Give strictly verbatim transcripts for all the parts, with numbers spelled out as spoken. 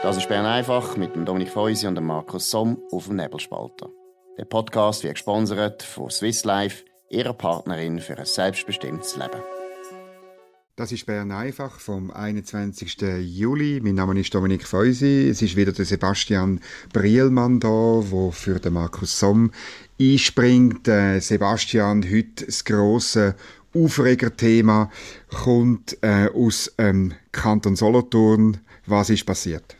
Das ist Bern einfach mit dem Dominik Feusi und dem Markus Somm auf dem Nebelspalter. Der Podcast wird gesponsert von Swiss Life, ihrer Partnerin für ein selbstbestimmtes Leben. Das ist Bern einfach vom einundzwanzigsten Juli. Mein Name ist Dominik Feusi. Es ist wieder der Sebastian Brielmann da, der für den Markus Somm einspringt. Äh, Sebastian, heute das grosse Aufregerthema kommt äh, aus ähm, Kanton Solothurn. Was ist passiert?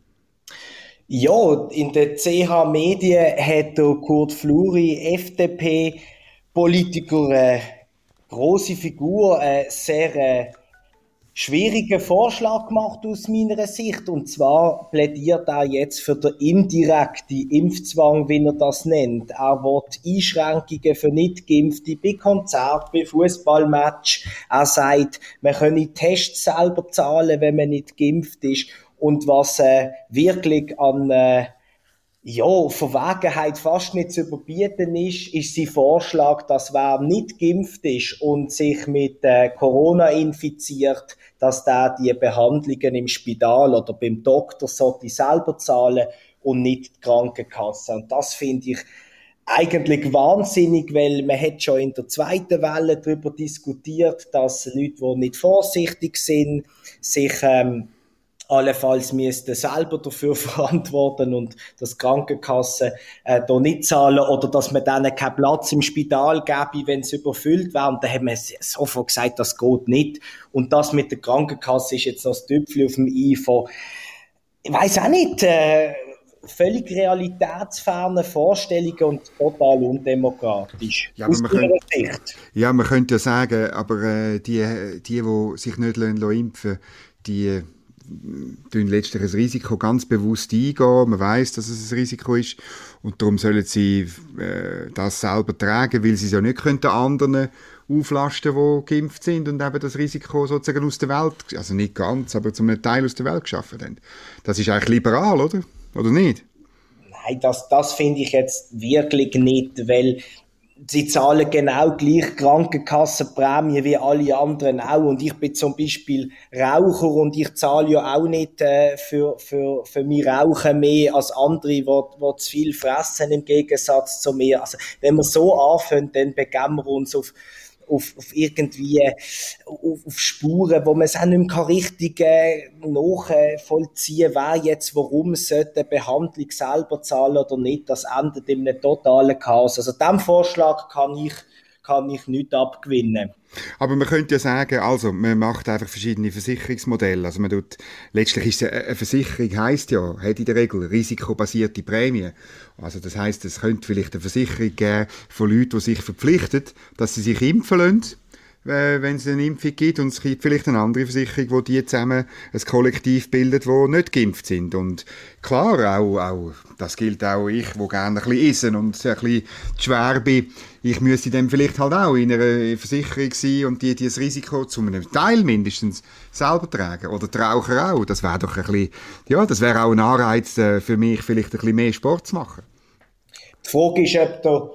Ja, in den C H Medien hat der Kurt Fluri, F D P-Politiker, eine grosse Figur, einen sehr äh, schwierigen Vorschlag gemacht aus meiner Sicht. Und zwar plädiert er jetzt für den indirekten Impfzwang, wie er das nennt. Er will Einschränkungen für Nicht-Geimpfte bei Konzerten, bei Fußballmatch. Er sagt, man könne Tests selber zahlen, wenn man nicht geimpft ist. Und was äh, wirklich an äh, ja, Verwegenheit fast nicht zu überbieten ist, ist sein Vorschlag, dass wer nicht geimpft ist und sich mit äh, Corona infiziert, dass der die Behandlungen im Spital oder beim Doktor sollte selber zahlen und nicht die Krankenkasse. Und das finde ich eigentlich wahnsinnig, weil man hat schon in der zweiten Welle darüber diskutiert, dass Leute, die nicht vorsichtig sind, sich ähm, allenfalls müssten selber dafür verantworten und das Krankenkassen äh, da nicht zahlen oder dass man denen keinen Platz im Spital gäbe, wenn es überfüllt wäre. Und da haben wir sofort gesagt, das geht nicht. Und das mit der Krankenkasse ist jetzt noch das Tüpfchen auf dem i von, ich weiss auch nicht, äh, völlig realitätsferne Vorstellungen und total undemokratisch. Ja, aus ihrer Sicht. Ja, man könnte ja sagen, aber äh, die, die, die sich nicht impfen lassen, die tun letztlich ein Risiko ganz bewusst eingehen. Man weiss, dass es ein Risiko ist und darum sollen sie äh, das selber tragen, weil sie es ja nicht könnten anderen auflasten, die geimpft sind und eben das Risiko sozusagen aus der Welt, also nicht ganz, aber zum Teil aus der Welt geschaffen haben. Das ist eigentlich liberal, oder? Oder nicht? Nein, das, das finde ich jetzt wirklich nicht, weil sie zahlen genau gleich Krankenkassenprämie wie alle anderen auch. Und ich bin zum Beispiel Raucher und ich zahle ja auch nicht äh, für, für, für mein Rauchen mehr als andere, die, die zu viel fressen im Gegensatz zu mir. Also, wenn wir so anfangen, dann begeben wir uns auf Auf, auf irgendwie auf, auf Spuren, wo man es auch nicht mehr richtig äh, nachvollziehen kann, wer jetzt warum sollte eine Behandlung selber zahlen oder nicht. Das endet in einem totalen Chaos. Also diesem Vorschlag kann ich, kann ich nicht abgewinnen. Aber man könnte ja sagen, also man macht einfach verschiedene Versicherungsmodelle. Also man tut, letztlich ist eine Versicherung heisst ja, hat in der Regel risikobasierte Prämien. Also das heisst, es könnte vielleicht eine Versicherung geben von Leuten, die sich verpflichten, dass sie sich impfen lassen, wenn es eine Impfung gibt. Und es gibt vielleicht eine andere Versicherung, die die zusammen ein Kollektiv bildet, die nicht geimpft sind. Und klar, auch, auch das gilt auch ich, der gerne ein bisschen essen und ein bisschen schwer bin. Ich müsste dann vielleicht halt auch in einer Versicherung sein und die, die das Risiko zu einem Teil mindestens selber tragen. Oder die Raucher auch. Das wäre doch ein bisschen, ja, das wäre auch ein Anreiz für mich, vielleicht ein bisschen mehr Sport zu machen. Die Frage ist, ob der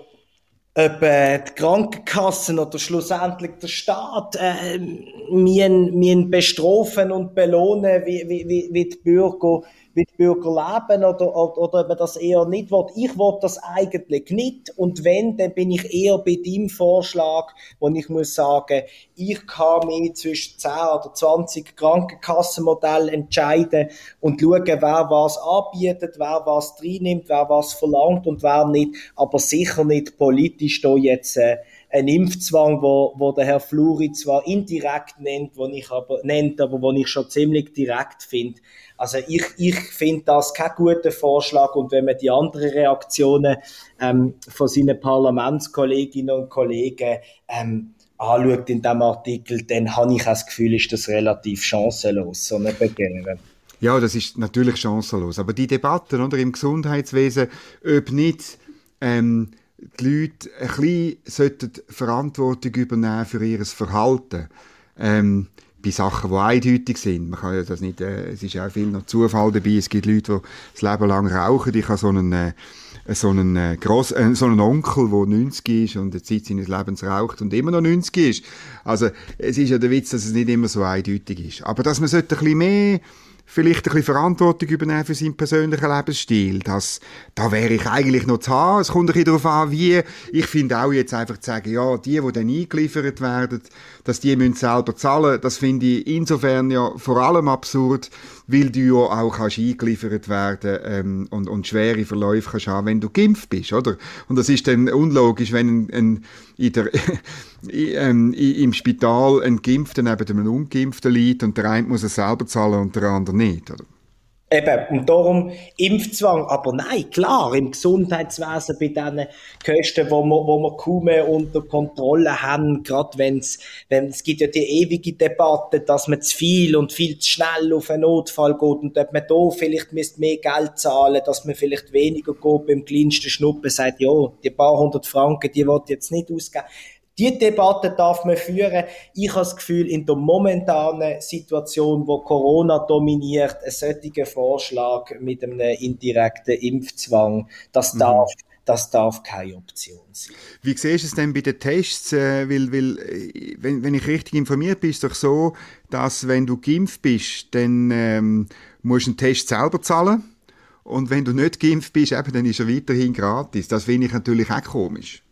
ob äh, die Krankenkassen oder schlussendlich der Staat äh, müssen, müssen bestrafen und belohnen, wie, wie, wie, die Bürger, wie die Bürger leben oder, oder, oder ob man das eher nicht will. Ich will das eigentlich nicht und wenn, dann bin ich eher bei deinem Vorschlag, wo ich muss sagen, ich kann mich zwischen zehn oder zwanzig Krankenkassenmodellen entscheiden und schauen, wer was anbietet, wer was reinnimmt, wer was verlangt und wer nicht, aber sicher nicht politisch da jetzt äh, ein Impfzwang, wo, wo der Herr Fluri zwar indirekt nennt, wo ich aber, nennt, aber wo ich schon ziemlich direkt finde. Also ich, ich finde das kein guter Vorschlag und wenn man die anderen Reaktionen ähm, von seinen Parlamentskolleginnen und Kollegen ähm, anschaut in diesem Artikel, dann habe ich auch das Gefühl, ist das relativ chancenlos, so eine Begegnung. Ja, das ist natürlich chancenlos. Aber die Debatten oder, im Gesundheitswesen, ob nicht ähm, die Leute ein bisschen sollten Verantwortung übernehmen für ihr Verhalten. Ähm, bei Sachen, die eindeutig sind. Man kann ja das nicht, äh, es ist auch viel noch Zufall dabei. Es gibt Leute, die das Leben lang rauchen. Ich habe so einen, äh, so einen, äh, Gross, äh, so einen Onkel, der neunzig ist und eine Zeit seines Lebens raucht und immer noch neunzig ist. Also, es ist ja der Witz, dass es nicht immer so eindeutig ist. Aber dass man sollte ein bisschen mehr vielleicht ein bisschen Verantwortung übernehmen für seinen persönlichen Lebensstil. Das, da wäre ich eigentlich noch zu haben. Es kommt ein bisschen darauf an, wie. Ich finde auch jetzt einfach zu sagen, ja, die, die dann eingeliefert werden, dass die müssen selber zahlen, das finde ich insofern ja vor allem absurd, weil du ja auch kannst eingeliefert werden ähm, und, und schwere Verläufe kannst haben, wenn du geimpft bist, oder? Und das ist dann unlogisch, wenn ein, ein, in der, ähm, im Spital ein Geimpfter neben einem Ungeimpften liegt und der eine muss es selber zahlen und der andere nicht, oder? Eben, und darum Impfzwang. Aber nein, klar, im Gesundheitswesen bei diesen Kosten, wo wir, wo wir kaum mehr unter Kontrolle haben, gerade wenn's, wenn, es gibt ja die ewige Debatte, dass man zu viel und viel zu schnell auf einen Notfall geht und ob man da vielleicht müsste mehr Geld zahlen, dass man vielleicht weniger geht beim kleinsten Schnuppen, sagt, ja, die paar hundert Franken, die will ich jetzt nicht ausgeben. Die Debatte darf man führen. Ich habe das Gefühl, in der momentanen Situation, wo Corona dominiert, ein solcher Vorschlag mit einem indirekten Impfzwang, das darf, mhm. das darf keine Option sein. Wie siehst du es denn bei den Tests? Äh, weil, weil, wenn, wenn ich richtig informiert bin, ist es doch so, dass wenn du geimpft bist, dann ähm, musst du einen Test selber zahlen. Und wenn du nicht geimpft bist, eben, dann ist er weiterhin gratis. Das finde ich natürlich auch komisch.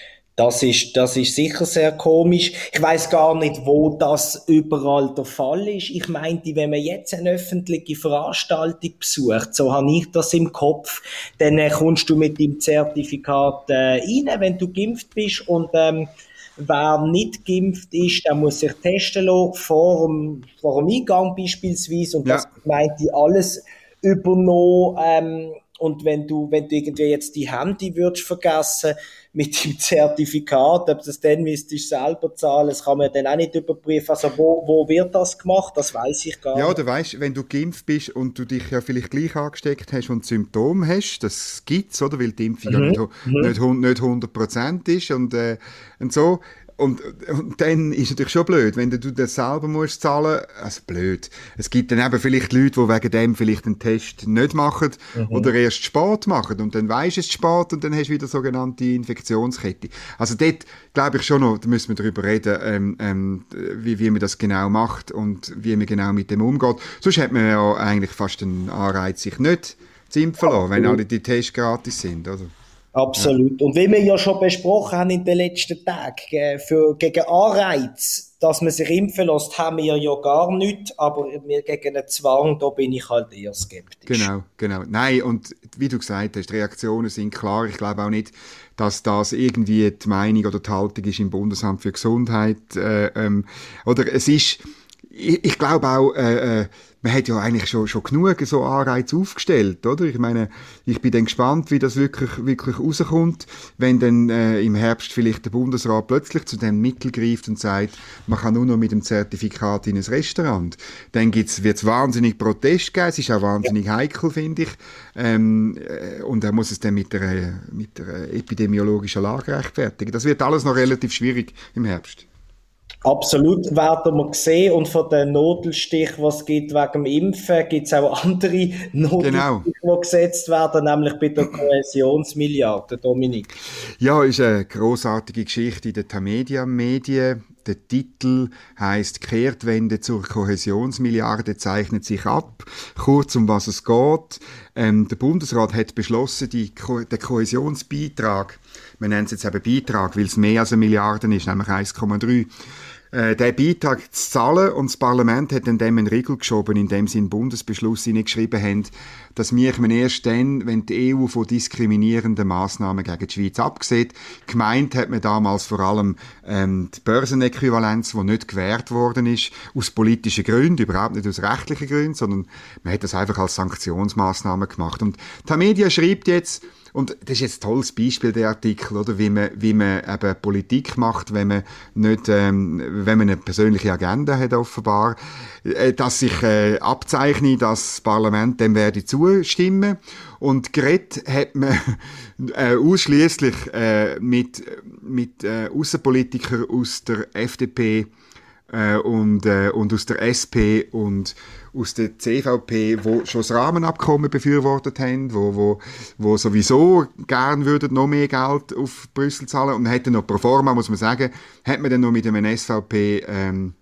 Das ist, das ist sicher sehr komisch. Ich weiss gar nicht, wo das überall der Fall ist. Ich meinte, wenn man jetzt eine öffentliche Veranstaltung besucht, so habe ich das im Kopf, dann äh, kommst du mit dem Zertifikat äh, rein, wenn du geimpft bist. Und ähm, wer nicht geimpft ist, der muss sich testen lassen, vor dem, vor dem Eingang beispielsweise. Und ja. Das meinte ich alles übernommen. Ähm, und wenn du, wenn du irgendwie jetzt die Handy würdest vergessen, mit dem Zertifikat, ob das dann müsstest du selber zahlen, das kann man dann auch nicht überprüfen. Also wo, wo wird das gemacht? Das weiss ich gar ja, nicht. Ja, du weisst, wenn du geimpft bist und du dich ja vielleicht gleich angesteckt hast und Symptome hast, das gibt's, oder? Weil die Impfung mhm. ja nicht, nicht, nicht hundert Prozent ist und, äh, und so. Und, und dann ist es natürlich schon blöd, wenn du das selber musst zahlen, also blöd. Es gibt dann eben vielleicht Leute, die wegen dem vielleicht einen Test nicht machen mhm. oder erst spät machen und dann weisst du es spät und dann hast du wieder sogenannte Infektionskette. Also dort glaube ich schon noch, da müssen wir darüber reden, ähm, ähm, wie, wie man das genau macht und wie man genau mit dem umgeht. Sonst hat man ja eigentlich fast einen Anreiz, sich nicht zu impfen lassen, wenn alle die Tests gratis sind, oder? Absolut. Ja. Und wie wir ja schon besprochen haben in den letzten Tagen, für, gegen Anreiz, dass man sich impfen lässt, haben wir ja gar nichts, aber wir gegen einen Zwang, da bin ich halt eher skeptisch. Genau, genau. Nein, und wie du gesagt hast, die Reaktionen sind klar. Ich glaube auch nicht, dass das irgendwie die Meinung oder die Haltung ist im Bundesamt für Gesundheit. Äh, ähm, oder es ist, ich, ich glaube auch, äh, äh, man hat ja eigentlich schon, schon genug so Anreize aufgestellt, oder? Ich meine, ich bin dann gespannt, wie das wirklich, wirklich rauskommt, wenn dann äh, im Herbst vielleicht der Bundesrat plötzlich zu dem Mittel greift und sagt, man kann nur noch mit dem Zertifikat in ein Restaurant. Dann gibt's, wird's wahnsinnig Protest geben, es ist auch wahnsinnig ja. heikel, finde ich. Ähm, äh, und er muss es dann mit der, mit der epidemiologischen Lage rechtfertigen. Das wird alles noch relativ schwierig im Herbst. Absolut, werden wir sehen. Und von den Nadelstich, was es gibt wegen dem Impfen, gibt es auch andere Nadelstiche, genau. die gesetzt werden, nämlich bei der Kohäsionsmilliarde, Dominik. Ja, ist eine grossartige Geschichte in den Tamedia-Medien. Der Titel heisst «Kehrtwende zur Kohäsionsmilliarde zeichnet sich ab». Kurz, um was es geht. Ähm, der Bundesrat hat beschlossen, die Ko- den Kohäsionsbeitrag, wir nennen es jetzt eben Beitrag, weil es mehr als eine Milliarde ist, nämlich eins Komma drei, äh, den Beitrag zu zahlen, und das Parlament hat dann dem einen Riegel geschoben, indem sie einen Bundesbeschluss hineingeschrieben haben, dass wir erst dann, wenn die E U von diskriminierenden Massnahmen gegen die Schweiz absieht. Gemeint hat man damals vor allem ähm, die Börsenäquivalenz, die nicht gewährt worden ist, aus politischen Gründen, überhaupt nicht aus rechtlichen Gründen, sondern man hat das einfach als Sanktionsmaßnahme gemacht. Und Tamedia schreibt jetzt, und das ist jetzt ein tolles Beispiel, der Artikel, oder, wie man, wie man eben Politik macht, wenn man nicht, ähm, wenn man eine persönliche Agenda hat, offenbar, äh, dass sich äh, abzeichnet, dass das Parlament dem werde zustimmen. Und geredet hat man äh, ausschliesslich äh, mit, mit äh, Aussenpolitikern aus der F D P äh, und, äh, und aus der S P und aus der C V P, wo schon das Rahmenabkommen befürwortet haben, wo, wo, wo sowieso gern würden noch mehr Geld auf Brüssel zahlen. Und man hätte noch pro forma, muss man sagen, hat man dann noch mit einem S V P ähm,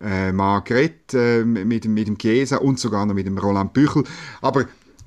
äh, Margret, äh, mit, mit dem Chiesa und sogar noch mit dem Roland Büchel. Aber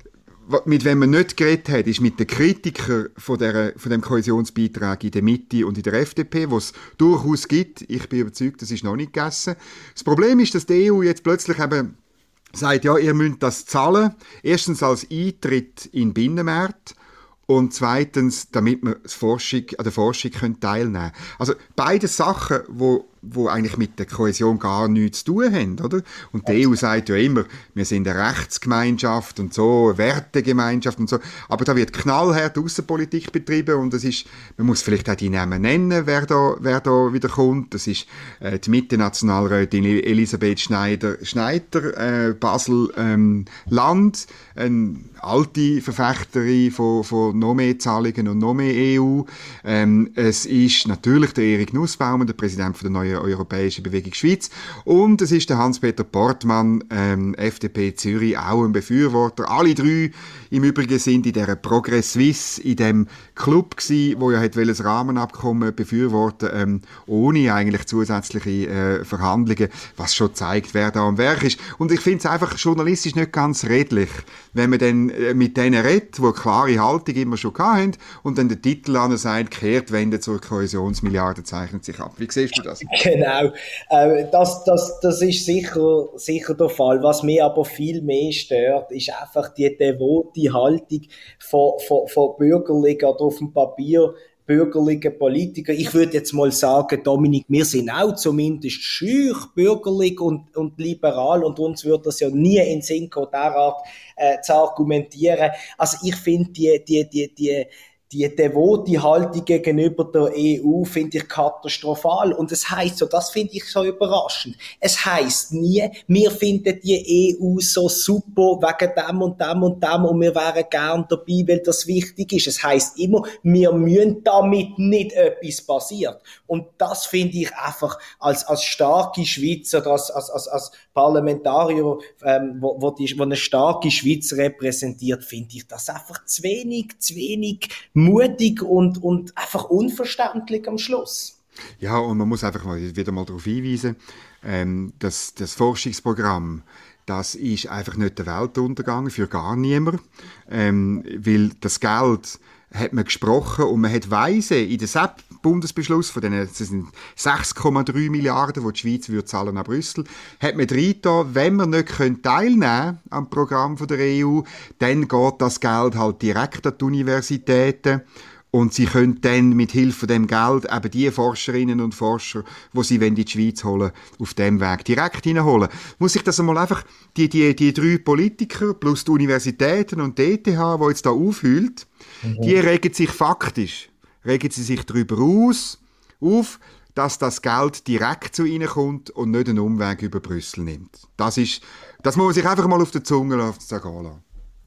mit wem man nicht geredet hat, ist mit den Kritikern von, der, von dem Kohäsionsbeitrag in der Mitte und in der F D P, wo es durchaus gibt. Ich bin überzeugt, das ist noch nicht gegessen. Das Problem ist, dass die E U jetzt plötzlich eben sagt, ja, ihr müsst das zahlen. Erstens als Eintritt in den Binnenmarkt und zweitens, damit wir das Forschung, an der Forschung teilnehmen können. Also beide Sachen, wo wo eigentlich mit der Kohäsion gar nichts zu tun haben, oder? Und die E U sagt ja immer, wir sind eine Rechtsgemeinschaft und so, eine Wertegemeinschaft und so, aber da wird knallhart Aussenpolitik betrieben und das ist, man muss vielleicht auch die Namen nennen, wer da, wer da wieder kommt, das ist äh, die Mitte-Nationalrätin Elisabeth Schneider, Schneider, äh, Basel, ähm, Land, eine alte Verfechterin von, von noch mehr Zahlungen und noch mehr E U. Ähm, es ist natürlich der Erik Nussbaumer, der Präsident von der neuen Europäischen Bewegung Schweiz. Und es ist der Hans-Peter Portmann, ähm, F D P Zürich, auch ein Befürworter. Alle drei im Übrigen sind in dieser Progress Suisse, in dem Club gsi, wo ja hat das Rahmenabkommen befürworten, ähm, ohne eigentlich zusätzliche äh, Verhandlungen, was schon zeigt, wer da am Werk ist. Und ich finde es einfach journalistisch nicht ganz redlich, wenn man dann äh, mit denen redet, die eine klare Haltung immer schon hatten, und dann der Titel an sagt, Kehrtwende zur Kohäsionsmilliarde zeichnet sich ab. Wie siehst du das? Genau, äh, das, das, das ist sicher, sicher der Fall. Was mich aber viel mehr stört, ist einfach die devote Haltung von, von, von Bürgerlichen oder auf dem Papier bürgerlichen Politiker. Ich würde jetzt mal sagen, Dominik, wir sind auch zumindest schüch, bürgerlich und, und liberal und uns würde das ja nie in den Sinn kommen, derart äh, zu argumentieren. Also ich finde die, die, die, die Die devote Haltung gegenüber der E U finde ich katastrophal. Und es heisst so, das finde ich so überraschend. Es heisst nie, wir finden die E U so super wegen dem und dem und dem und wir wären gern dabei, weil das wichtig ist. Es heisst immer, wir müssen damit nicht etwas passieren. Und das finde ich einfach als, als starke Schweiz oder als, als, als, als Parlamentarier, ähm, wo, wo, die, wo eine starke Schweiz repräsentiert, finde ich das einfach zu wenig, zu wenig mutig und, und einfach unverständlich am Schluss. Ja, und man muss einfach mal, wieder mal darauf hinweisen, ähm, dass das Forschungsprogramm, das ist einfach nicht der Weltuntergang für gar niemand, ähm, weil das Geld hat man gesprochen und man hat weise in der S E P-Bundesbeschluss von diesen, das sind sechs Komma drei Milliarden, die die Schweiz würde zahlen an Brüssel, hat man reingetan, wenn wir nicht teilnehmen können am Programm von der E U, dann geht das Geld halt direkt an die Universitäten. Und sie können dann mit Hilfe von dem Geld eben die Forscherinnen und Forscher, die sie in die Schweiz holen, auf dem Weg direkt hineinholen. Muss ich das einmal einfach, die, die, die drei Politiker plus die Universitäten und die E T H, die jetzt da aufhüllt, mhm. die regen sich faktisch, regen sie sich darüber aus, auf, dass das Geld direkt zu ihnen kommt und nicht einen Umweg über Brüssel nimmt. Das ist, das muss man sich einfach mal auf der Zunge sagen lassen.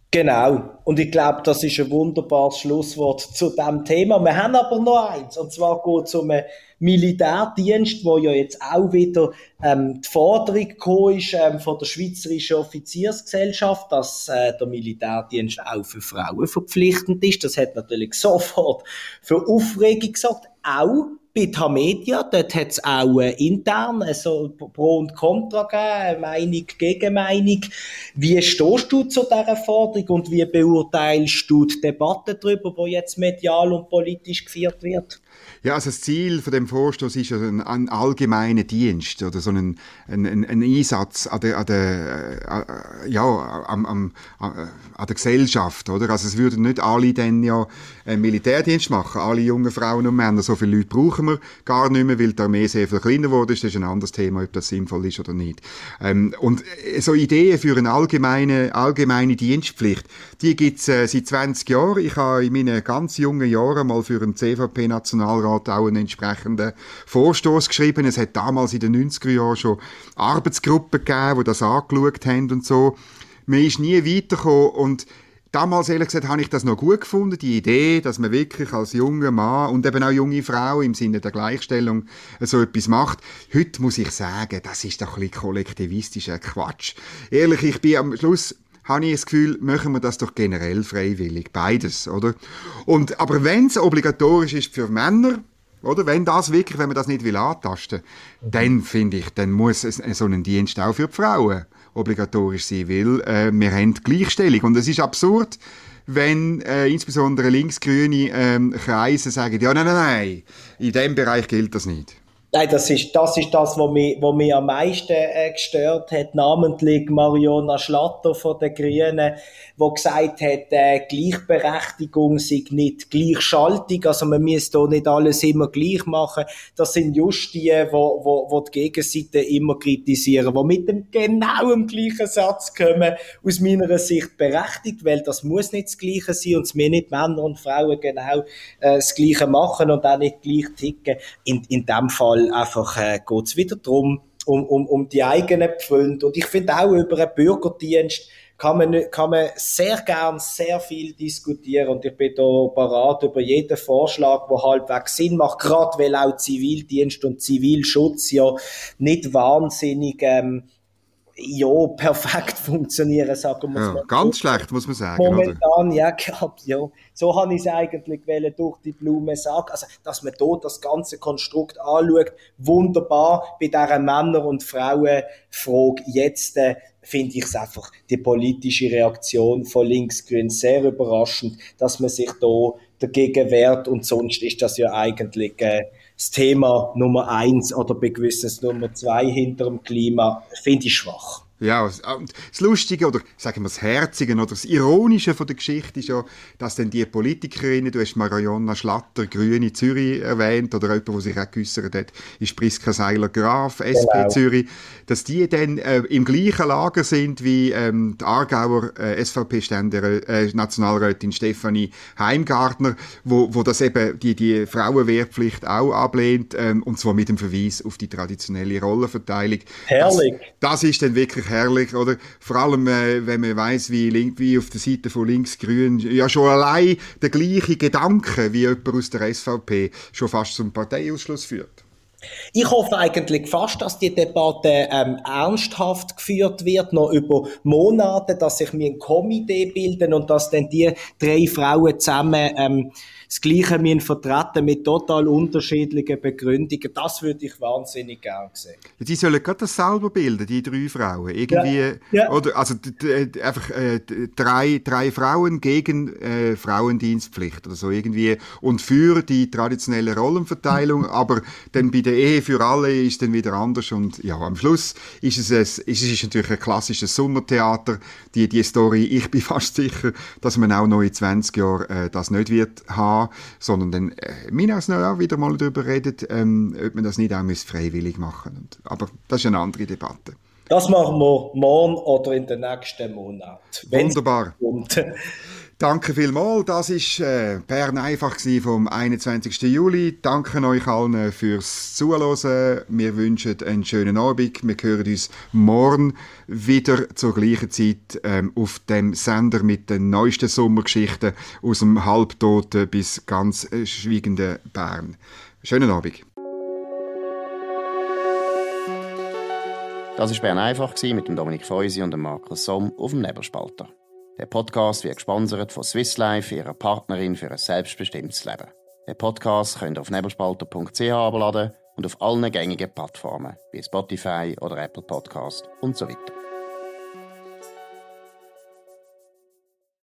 Genau. Und ich glaube, das ist ein wunderbares Schlusswort zu diesem Thema. Wir haben aber noch eins. Und zwar geht es um einen Militärdienst, wo ja jetzt auch wieder ähm, die Forderung gekommen ist ähm, von der Schweizerischen Offiziersgesellschaft, dass äh, der Militärdienst auch für Frauen verpflichtend ist. Das hat natürlich sofort für Aufregung gesorgt. Auch bei Tamedia, dort hat es auch äh, intern also Pro und Contra gegeben, Meinung gegen Meinung. Wie stehst du zu dieser Forderung und wie beurteilst du die Debatte darüber, die jetzt medial und politisch geführt wird? Ja, also das Ziel von dem Vorstoß ist ein, ein allgemeiner Dienst oder so ein, ein, ein, ein Einsatz an der, an der, äh, ja, am, am, an der Gesellschaft, oder? Also es würden nicht alle dann ja einen Militärdienst machen, alle jungen Frauen und Männer. So viele Leute brauchen wir gar nicht mehr, weil die Armee sehr viel kleiner geworden ist. Das ist ein anderes Thema, ob das sinnvoll ist oder nicht. Ähm, und so Ideen für eine allgemeine, allgemeine Dienstpflicht, die gibt's äh, seit zwanzig Jahren. Ich habe in meinen ganz jungen Jahren mal für einen C V P-Nationalrat auch einen entsprechenden Vorstoß geschrieben. Es hat damals in den neunziger Jahren schon Arbeitsgruppen gegeben, die das angeschaut haben und so. Man ist nie weitergekommen und damals, ehrlich gesagt, habe ich das noch gut gefunden, die Idee, dass man wirklich als junger Mann und eben auch junge Frau im Sinne der Gleichstellung so etwas macht. Heute muss ich sagen, das ist doch ein bisschen kollektivistischer Quatsch. Ehrlich, ich bin am Schluss habe ich das Gefühl, machen wir das doch generell freiwillig. Beides, oder? Und, aber wenn es obligatorisch ist für Männer, Oder? Wenn das wirklich, wenn man das nicht will antasten, mhm. dann finde ich, dann muss es, so ein Dienst auch für die Frauen obligatorisch sein, weil äh, wir haben Gleichstellung. Und es ist absurd, wenn äh, insbesondere linksgrüne ähm, Kreise sagen, ja, nein, nein, nein, in diesem Bereich gilt das nicht. Nein, das ist, das ist das, was mich, was mich am meisten äh, gestört hat, namentlich Mariona Schlatter von den Grünen, die gesagt hat, äh, Gleichberechtigung sei nicht Gleichschaltung, also man muss da nicht alles immer gleich machen. Das sind just die, wo, wo, wo die Gegenseite immer kritisieren, die mit dem genau im gleichen Satz kommen, aus meiner Sicht berechtigt, weil das muss nicht das Gleiche sein und es müssen nicht Männer und Frauen genau äh, das Gleiche machen und auch nicht gleich ticken. In, in dem Fall einfach äh, geht es wieder darum, um, um, um die eigenen Pfründe. Und ich finde auch, über einen Bürgerdienst kann man, kann man sehr gern sehr viel diskutieren. Und ich bin da bereit über jeden Vorschlag, der halbwegs Sinn macht, gerade weil auch Zivildienst und Zivilschutz ja nicht wahnsinnig ähm, ja, perfekt funktionieren, sagen wir ja, mal. Ganz schlecht, muss man sagen. Momentan, oder? ja, ja. So habe ich es eigentlich durch die Blume sagen. Also, dass man dort das ganze Konstrukt anschaut, wunderbar. Bei dieser Männer- und Frauenfrage jetzt äh, finde ich es einfach, die politische Reaktion von Linksgrün sehr überraschend, dass man sich da dagegen wehrt und sonst ist das ja eigentlich äh, das Thema Nummer eins oder bei gewissen Nummer zwei hinter dem Klima, finde ich schwach. Ja, das Lustige oder sagen wir das Herzige oder das Ironische von der Geschichte ist ja, dass dann die Politikerinnen, du hast Mariona Schlatter, Grüne Zürich erwähnt oder jemand, der sich auch geäussert hat, ist Priska Seiler-Graf, S P genau. Zürich, dass die dann äh, im gleichen Lager sind wie ähm, die Aargauer äh, S V P-Stände, äh, Nationalrätin Stefanie Heimgartner, wo, wo das eben die, die Frauenwehrpflicht auch ablehnt, ähm, und zwar mit dem Verweis auf die traditionelle Rollenverteilung. Herrlich. Das, das ist dann wirklich herrlich, oder? Vor allem, äh, wenn man weiss, wie, link, wie auf der Seite von Linksgrün ja schon allein der gleiche Gedanke wie jemand aus der S V P schon fast zum Parteiausschluss führt. Ich hoffe eigentlich fast, dass die Debatte ähm, ernsthaft geführt wird, noch über Monate, dass sich mir ein Komitee bilden und dass dann die drei Frauen zusammen ähm, das Gleiche müssen vertreten mit total unterschiedlichen Begründungen. Das würde ich wahnsinnig gerne sehen. Die sollen gerade das selber bilden, die drei Frauen. Irgendwie, ja. Ja. Oder, also d- d- einfach äh, drei, drei Frauen gegen äh, Frauendienstpflicht oder so irgendwie und für die traditionelle Rollenverteilung, aber dann bei der Ehe für alle ist dann wieder anders und ja, am Schluss ist es, ein, ist es natürlich ein klassisches Sommertheater, die, die Story. Ich bin fast sicher, dass man auch noch in zwanzig Jahren äh, das nicht wird haben, sondern dann äh, wir auch wieder mal darüber reden, ähm, ob man das nicht auch freiwillig machen müsste. Aber das ist eine andere Debatte. Das machen wir morgen oder in den nächsten Monaten. Wunderbar. Danke vielmals. Das war äh, Bern einfach vom einundzwanzigsten Juli. Danke euch allen fürs Zuhören. Wir wünschen einen schönen Abend. Wir hören uns morgen wieder zur gleichen Zeit ähm, auf dem Sender mit den neuesten Sommergeschichten aus dem halbtoten bis ganz äh, schweigenden Bern. Schönen Abend. Das war Bern einfach mit dem Dominik Feusi und dem Markus Somm auf dem Nebelspalter. Der Podcast wird gesponsert von Swiss Life, ihrer Partnerin für ein selbstbestimmtes Leben. Den Podcast könnt ihr auf nebelspalter punkt c h abladen und auf allen gängigen Plattformen wie Spotify oder Apple Podcast und so weiter.